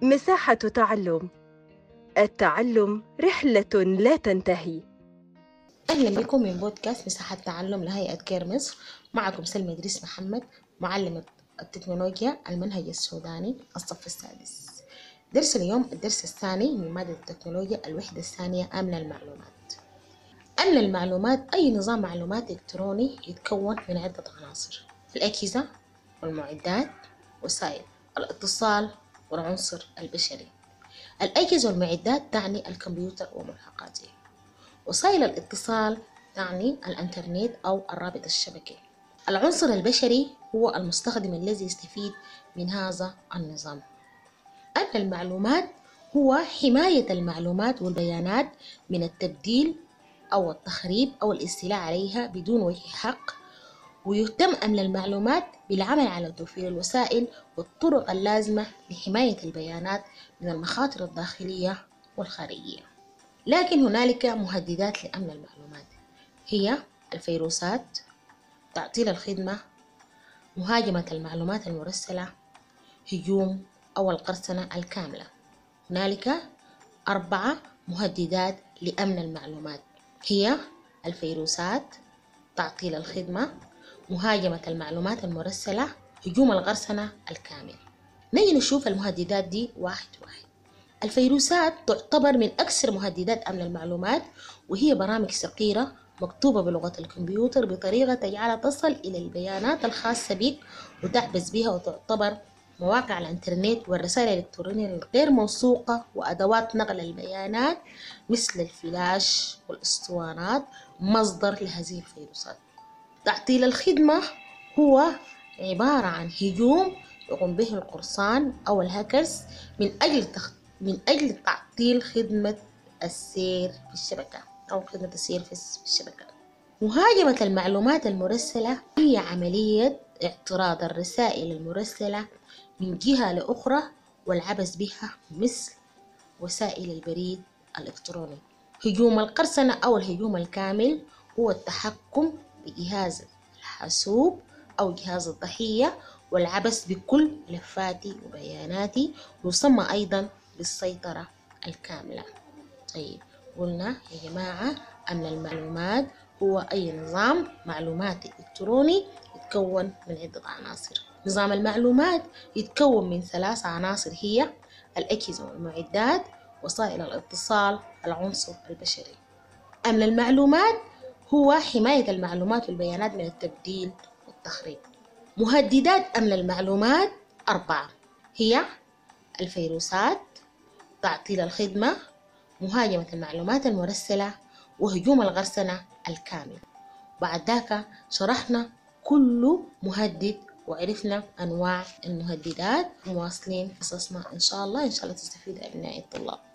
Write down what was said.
مساحة تعلم. التعلم رحلة لا تنتهي. أهلا بكم من بودكاست مساحة تعلم لهيئة كير مصر. معكم سلمى إدريس محمد، معلمة التكنولوجيا المنهج السوداني الصف السادس. درس اليوم الدرس الثاني من مادة التكنولوجيا الوحدة الثانية أمن المعلومات. أمن المعلومات أي نظام معلومات إلكتروني يتكون من عدة عناصر: الأجهزة والمعدات، وسائل الاتصال، والعنصر البشري. الأجهزة والمعدات تعني الكمبيوتر وملحقاته. وسائل الاتصال تعني الإنترنت أو الرابط الشبكي. العنصر البشري هو المستخدم الذي يستفيد من هذا النظام. أمن المعلومات هو حماية المعلومات والبيانات من التبديل أو التخريب أو الاستيلاء عليها بدون وجه حق. ويهتم أمن المعلومات بالعمل على توفير الوسائل والطرق اللازمة لحماية البيانات من المخاطر الداخلية والخارجية. لكن هنالك مهددات لأمن المعلومات، هي الفيروسات، تعطيل الخدمة، مهاجمة المعلومات المرسلة، هجوم أو القرصنة الكاملة. هنالك 4 مهددات لأمن المعلومات، هي الفيروسات، تعطيل الخدمة، مهاجمة المعلومات المرسلة، هجوم القرصنة الكامل. نيجي نشوف المهددات دي واحد واحد. الفيروسات تعتبر من أكثر مهددات أمن المعلومات، وهي برامج صغيرة مكتوبة بلغة الكمبيوتر بطريقة تجعلها تصل إلى البيانات الخاصة بك وتحبس بها، وتعتبر مواقع الإنترنت والرسائل الإلكترونية الغير موثوقة وأدوات نقل البيانات مثل الفلاش والأسطوانات مصدر لهذه الفيروسات. تعطيل الخدمة هو عبارة عن هجوم يقوم به القرصان أو الهاكرز من أجل تعطيل خدمة السير في الشبكة أو خدمة السير في الشبكة. مهاجمة المعلومات المرسلة هي عملية اعتراض الرسائل المرسلة من جهة لأخرى والعبث بها مثل وسائل البريد الإلكتروني. هجوم القرصنة أو الهجوم الكامل هو التحكم بجهاز الحاسوب أو جهاز الضحية والعبث بكل ملفاتي وبياناتي، ويسمى أيضا بالسيطرة الكاملة. طيب، قلنا يا جماعة أن المعلومات هو أي نظام معلوماتي إلكتروني يتكون من عدة عناصر. نظام المعلومات يتكون من 3 عناصر، هي الأجهزة والمعدات، وسائل الاتصال، العنصر البشري. أمن المعلومات هو حماية المعلومات والبيانات من التبديل والتخريب. مهددات أمن المعلومات 4، هي الفيروسات، تعطيل الخدمة، مهاجمة المعلومات المرسلة، وهجوم القرصنة الكامل. بعد ذاك شرحنا كل مهدد وعرفنا أنواع المهددات. مواصلين قصصنا إن شاء الله تستفيد أبناء الطلاب.